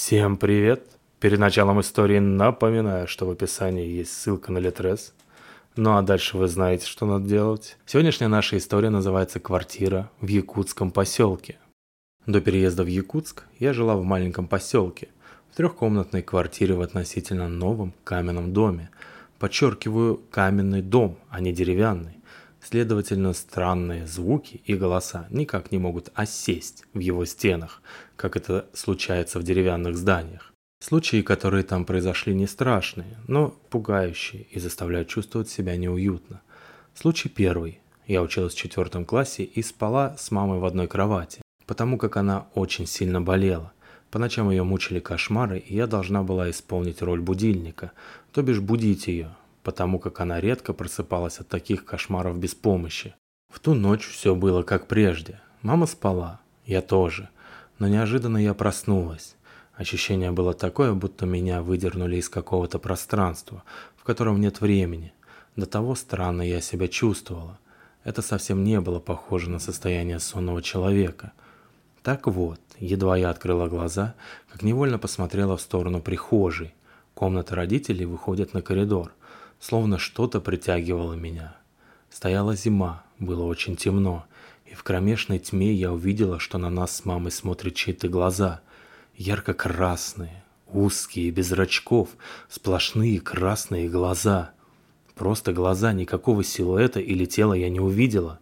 Всем привет! Перед началом истории напоминаю, что в описании есть ссылка на Литрес. Ну а дальше вы знаете, что надо делать. Сегодняшняя наша история называется «Квартира в якутском поселке». До переезда в Якутск я жила в маленьком поселке, в трехкомнатной квартире в относительно новом каменном доме. Подчеркиваю, каменный дом, а не деревянный. Следовательно, странные звуки и голоса никак не могут осесть в его стенах, как это случается в деревянных зданиях. Случаи, которые там произошли, не страшные, но пугающие и заставляют чувствовать себя неуютно. Случай первый. Я училась в 4 классе и спала с мамой в одной кровати, потому как она очень сильно болела. По ночам ее мучили кошмары, и я должна была исполнить роль будильника, то бишь будить ее, потому как она редко просыпалась от таких кошмаров без помощи. В ту ночь все было как прежде. Мама спала, я тоже, но неожиданно я проснулась. Ощущение было такое, будто меня выдернули из какого-то пространства, в котором нет времени. До того странно я себя чувствовала. Это совсем не было похоже на состояние сонного человека. Так вот, едва я открыла глаза, как невольно посмотрела в сторону прихожей. Комната родителей выходит на коридор, словно что-то притягивало меня. Стояла зима, было очень темно, и в кромешной тьме я увидела, что на нас с мамой смотрят чьи-то глаза. Ярко-красные, узкие, без зрачков, сплошные красные глаза. Просто глаза, никакого силуэта или тела я не увидела.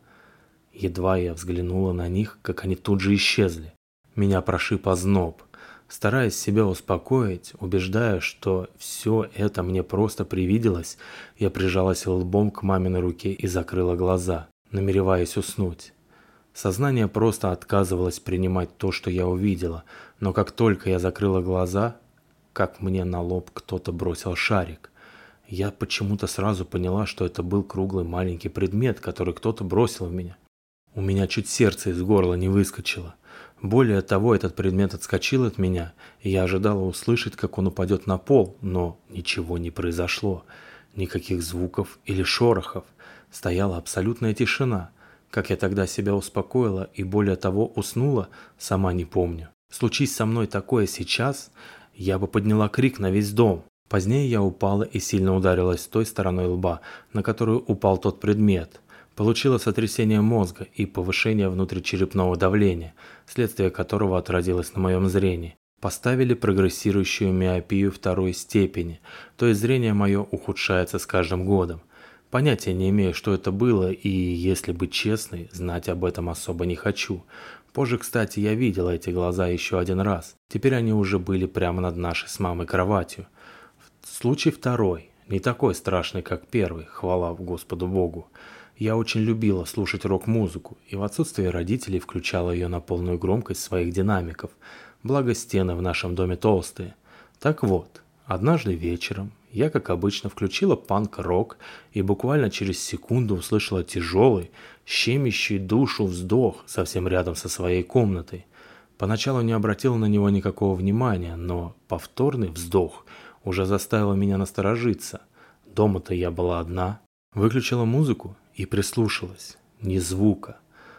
Едва я взглянула на них, как они тут же исчезли. Меня прошиб озноб. Стараясь себя успокоить, убеждая, что все это мне просто привиделось, я прижалась лбом к маминой руке и закрыла глаза, намереваясь уснуть. Сознание просто отказывалось принимать то, что я увидела, но как только я закрыла глаза, как мне на лоб кто-то бросил шарик. Я почему-то сразу поняла, что это был круглый маленький предмет, который кто-то бросил в меня. У меня чуть сердце из горла не выскочило. Более того, этот предмет отскочил от меня, и я ожидала услышать, как он упадет на пол, но ничего не произошло. Никаких звуков или шорохов. Стояла абсолютная тишина. Как я тогда себя успокоила и более того уснула, сама не помню. Случись со мной такое сейчас, я бы подняла крик на весь дом. Позднее я упала и сильно ударилась той стороной лба, на которую упал тот предмет. Получила сотрясение мозга и повышение внутричерепного давления, следствие которого отразилось на моем зрении. Поставили прогрессирующую миопию 2 степени, то есть зрение мое ухудшается с каждым годом. Понятия не имею, что это было, и, если быть честной, знать об этом особо не хочу. Позже, кстати, я видела эти глаза еще один раз. Теперь они уже были прямо над нашей с мамой кроватью. Случай второй, не такой страшный, как первый, хвала Господу Богу. Я очень любила слушать рок-музыку, и в отсутствие родителей включала ее на полную громкость своих динамиков, благо стены в нашем доме толстые. Так вот, однажды вечером я, как обычно, включила панк-рок и буквально через секунду услышала тяжелый, щемящий душу вздох совсем рядом со своей комнатой. Поначалу не обратила на него никакого внимания, но повторный вздох уже заставил меня насторожиться. Дома-то я была одна. Выключила музыку и прислушалась. Ни звука.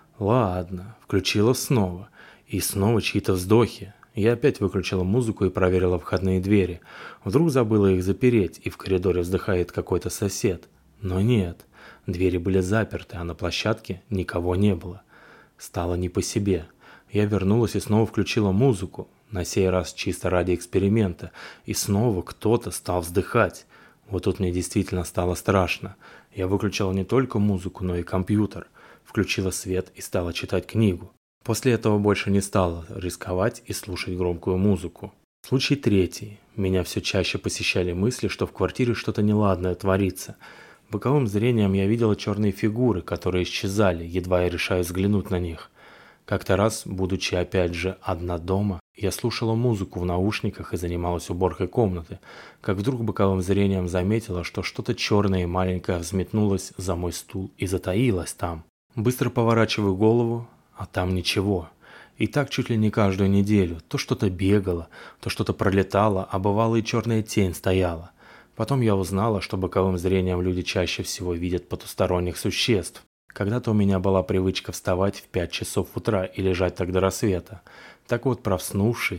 Ладно, включила снова. И снова чьи-то вздохи. Я опять выключила музыку и проверила входные двери. Вдруг забыла их запереть, и в коридоре вздыхает какой-то сосед. Но нет, двери были заперты, а на площадке никого не было. Стало не по себе. Я вернулась и снова включила музыку, на сей раз чисто ради эксперимента, и снова кто-то стал вздыхать. Вот тут мне действительно стало страшно. Я выключила не только музыку, но и компьютер. Включила свет и стала читать книгу. После этого больше не стала рисковать и слушать громкую музыку. Случай третий. Меня все чаще посещали мысли, что в квартире что-то неладное творится. Боковым зрением я видела черные фигуры, которые исчезали, едва я решаюсь взглянуть на них. Как-то раз, будучи опять же одна дома, я слушала музыку в наушниках и занималась уборкой комнаты, как вдруг боковым зрением заметила, что что-то черное и маленькое взметнулось за мой стул и затаилось там. Быстро поворачиваю голову, а там ничего. И так чуть ли не каждую неделю. То что-то бегало, то что-то пролетало, а бывало и черная тень стояла. Потом я узнала, что боковым зрением люди чаще всего видят потусторонних существ. Когда-то у меня была привычка вставать в 5 часов утра и лежать так до рассвета. Так вот, проснувшись,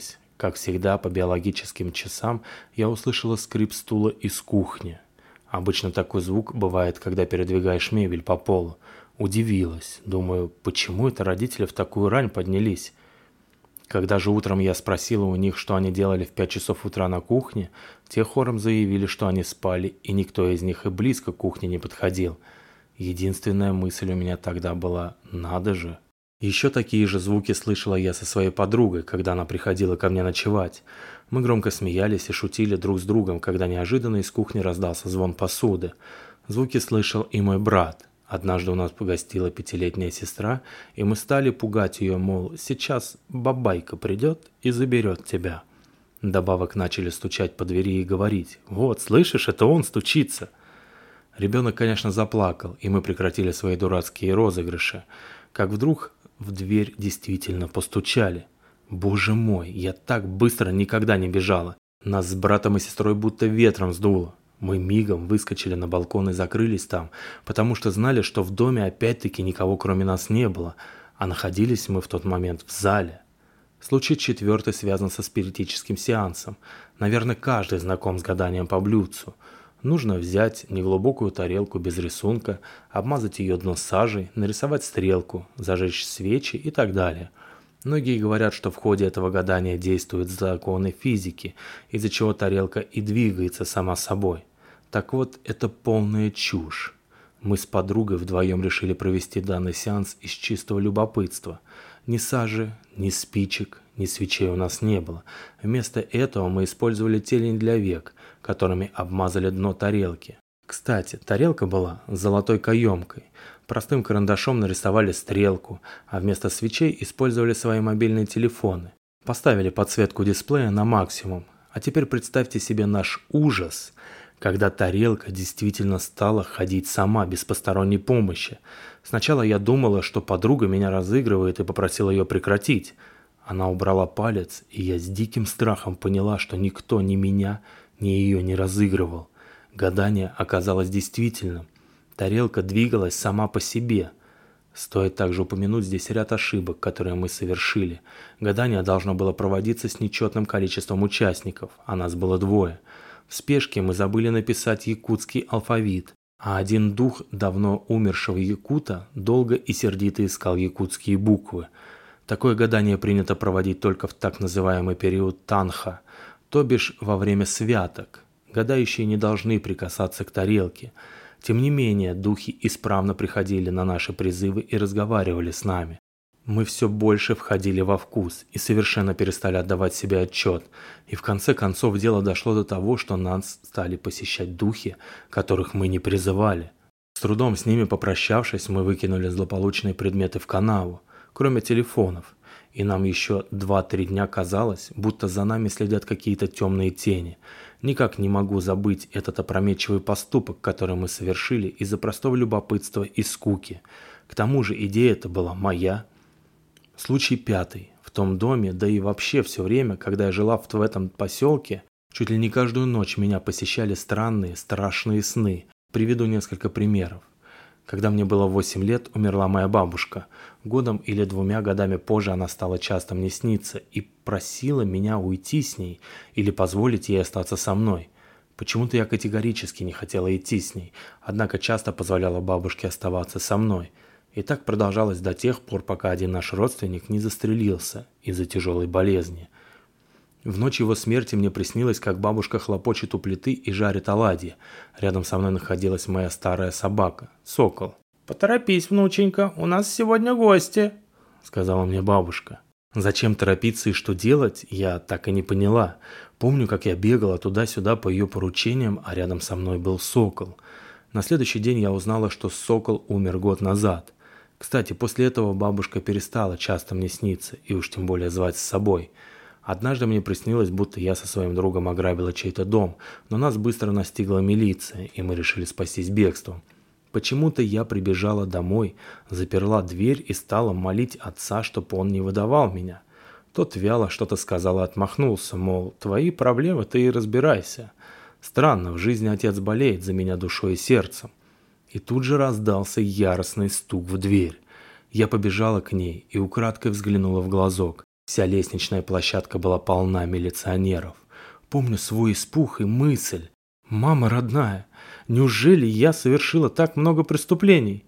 Как всегда, по биологическим часам я услышала скрип стула из кухни. Обычно такой звук бывает, когда передвигаешь мебель по полу. Удивилась. Думаю, почему это родители в такую рань поднялись? Когда же утром я спросила у них, что они делали в 5 часов утра на кухне, те хором заявили, что они спали, и никто из них и близко к кухне не подходил. Единственная мысль у меня тогда была «надо же». Еще такие же звуки слышала я со своей подругой, когда она приходила ко мне ночевать. Мы громко смеялись и шутили друг с другом, когда неожиданно из кухни раздался звон посуды. Звуки слышал и мой брат. Однажды у нас погостила 5-летняя сестра, и мы стали пугать ее, мол, сейчас бабайка придет и заберет тебя. Добавок начали стучать по двери и говорить: «Вот, слышишь, это он стучится». Ребенок, конечно, заплакал, и мы прекратили свои дурацкие розыгрыши. Как вдруг в дверь действительно постучали. Боже мой, я так быстро никогда не бежала. Нас с братом и сестрой будто ветром сдуло. Мы мигом выскочили на балкон и закрылись там, потому что знали, что в доме опять-таки никого кроме нас не было, а находились мы в тот момент в зале. Случай 4 связан со спиритическим сеансом. Наверное, каждый знаком с гаданием по блюдцу. Нужно взять неглубокую тарелку без рисунка, обмазать ее дно сажей, нарисовать стрелку, зажечь свечи и так далее. Многие говорят, что в ходе этого гадания действуют законы физики, из-за чего тарелка и двигается сама собой. Так вот, это полная чушь. Мы с подругой вдвоем решили провести данный сеанс из чистого любопытства. Ни сажи, ни спичек, ни свечей у нас не было. Вместо этого мы использовали тельни для век, которыми обмазали дно тарелки. Кстати, тарелка была с золотой каемкой. Простым карандашом нарисовали стрелку, а вместо свечей использовали свои мобильные телефоны. Поставили подсветку дисплея на максимум. А теперь представьте себе наш ужас, когда тарелка действительно стала ходить сама, без посторонней помощи. Сначала я думала, что подруга меня разыгрывает, и попросила ее прекратить. Она убрала палец, и я с диким страхом поняла, что никто ни меня, ни ее не разыгрывал. Гадание оказалось действительным. Тарелка двигалась сама по себе. Стоит также упомянуть здесь ряд ошибок, которые мы совершили. Гадание должно было проводиться с нечетным количеством участников, а нас было 2. В спешке мы забыли написать якутский алфавит, а один дух давно умершего якута долго и сердито искал якутские буквы. Такое гадание принято проводить только в так называемый период танха, то бишь во время святок. Гадающие не должны прикасаться к тарелке. Тем не менее, духи исправно приходили на наши призывы и разговаривали с нами. Мы все больше входили во вкус и совершенно перестали отдавать себе отчет. И в конце концов дело дошло до того, что нас стали посещать духи, которых мы не призывали. С трудом с ними попрощавшись, мы выкинули злополучные предметы в канаву, кроме телефонов. И нам еще 2-3 дня казалось, будто за нами следят какие-то темные тени. Никак не могу забыть этот опрометчивый поступок, который мы совершили из-за простого любопытства и скуки. К тому же идея эта была моя. Случай 5. В том доме, да и вообще все время, когда я жила в этом поселке, чуть ли не каждую ночь меня посещали странные, страшные сны. Приведу несколько примеров. Когда мне было 8 лет, умерла моя бабушка. Годом или 2 годами позже она стала часто мне сниться и просила меня уйти с ней или позволить ей остаться со мной. Почему-то я категорически не хотела идти с ней, однако часто позволяла бабушке оставаться со мной. И так продолжалось до тех пор, пока один наш родственник не застрелился из-за тяжелой болезни. В ночь его смерти мне приснилось, как бабушка хлопочет у плиты и жарит оладьи. Рядом со мной находилась моя старая собака, Сокол. «Поторопись, внученька, у нас сегодня гости», — сказала мне бабушка. Зачем торопиться и что делать, я так и не поняла. Помню, как я бегала туда-сюда по ее поручениям, а рядом со мной был Сокол. На следующий день я узнала, что Сокол умер год назад. Кстати, после этого бабушка перестала часто мне сниться и уж тем более звать с собой. Однажды мне приснилось, будто я со своим другом ограбила чей-то дом, но нас быстро настигла милиция, и мы решили спастись бегством. Почему-то я прибежала домой, заперла дверь и стала молить отца, чтобы он не выдавал меня. Тот вяло что-то сказал и отмахнулся, мол, твои проблемы, ты и разбирайся. Странно, в жизни отец болеет за меня душой и сердцем. И тут же раздался яростный стук в дверь. Я побежала к ней и украдкой взглянула в глазок. Вся лестничная площадка была полна милиционеров. Помню свой испуг и мысль: «Мама родная, неужели я совершила так много преступлений?»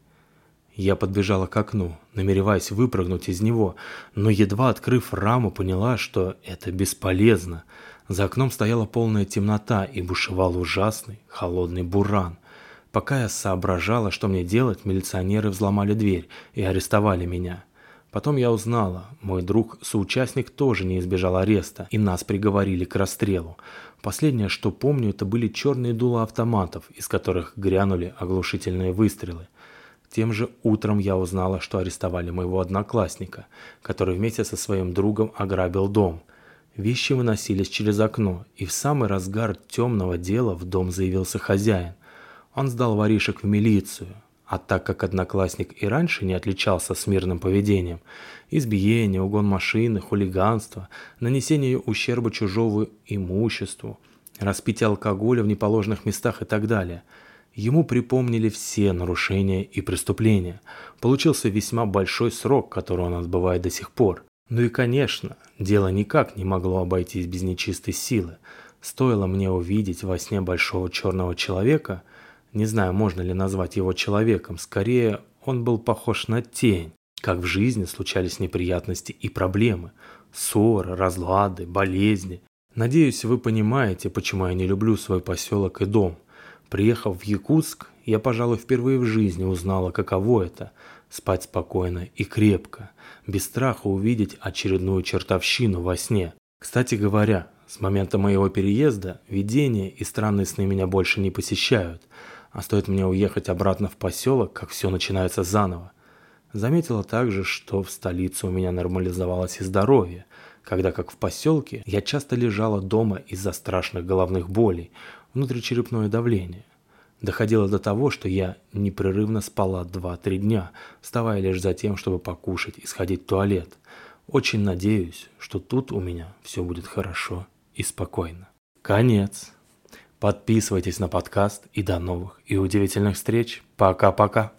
Я подбежала к окну, намереваясь выпрыгнуть из него, но едва открыв раму, поняла, что это бесполезно. За окном стояла полная темнота и бушевал ужасный холодный буран. Пока я соображала, что мне делать, милиционеры взломали дверь и арестовали меня. Потом я узнала, мой друг-соучастник тоже не избежал ареста, и нас приговорили к расстрелу. Последнее, что помню, это были черные дула автоматов, из которых грянули оглушительные выстрелы. Тем же утром я узнала, что арестовали моего одноклассника, который вместе со своим другом ограбил дом. Вещи выносились через окно, и в самый разгар темного дела в дом заявился хозяин. Он сдал воришек в милицию, а так как одноклассник и раньше не отличался смиренным поведением, избиение, угон машины, хулиганство, нанесение ущерба чужому имуществу, распитие алкоголя в неположенных местах и так далее, ему припомнили все нарушения и преступления. Получился весьма большой срок, который он отбывает до сих пор. Ну и, конечно, дело никак не могло обойтись без нечистой силы. Стоило мне увидеть во сне большого черного человека, не знаю, можно ли назвать его человеком, скорее он был похож на тень. Как в жизни случались неприятности и проблемы, ссоры, разлады, болезни. Надеюсь, вы понимаете, почему я не люблю свой поселок и дом. Приехав в Якутск, я, пожалуй, впервые в жизни узнала, каково это – спать спокойно и крепко, без страха увидеть очередную чертовщину во сне. Кстати говоря, с момента моего переезда видения и странные сны меня больше не посещают, а стоит мне уехать обратно в поселок, как все начинается заново. Заметила также, что в столице у меня нормализовалось и здоровье, когда, как в поселке, я часто лежала дома из-за страшных головных болей, внутричерепное давление. Доходило до того, что я непрерывно спала 2-3 дня, вставая лишь за тем, чтобы покушать и сходить в туалет. Очень надеюсь, что тут у меня все будет хорошо и спокойно. Конец. Подписывайтесь на подкаст и до новых и удивительных встреч. Пока-пока.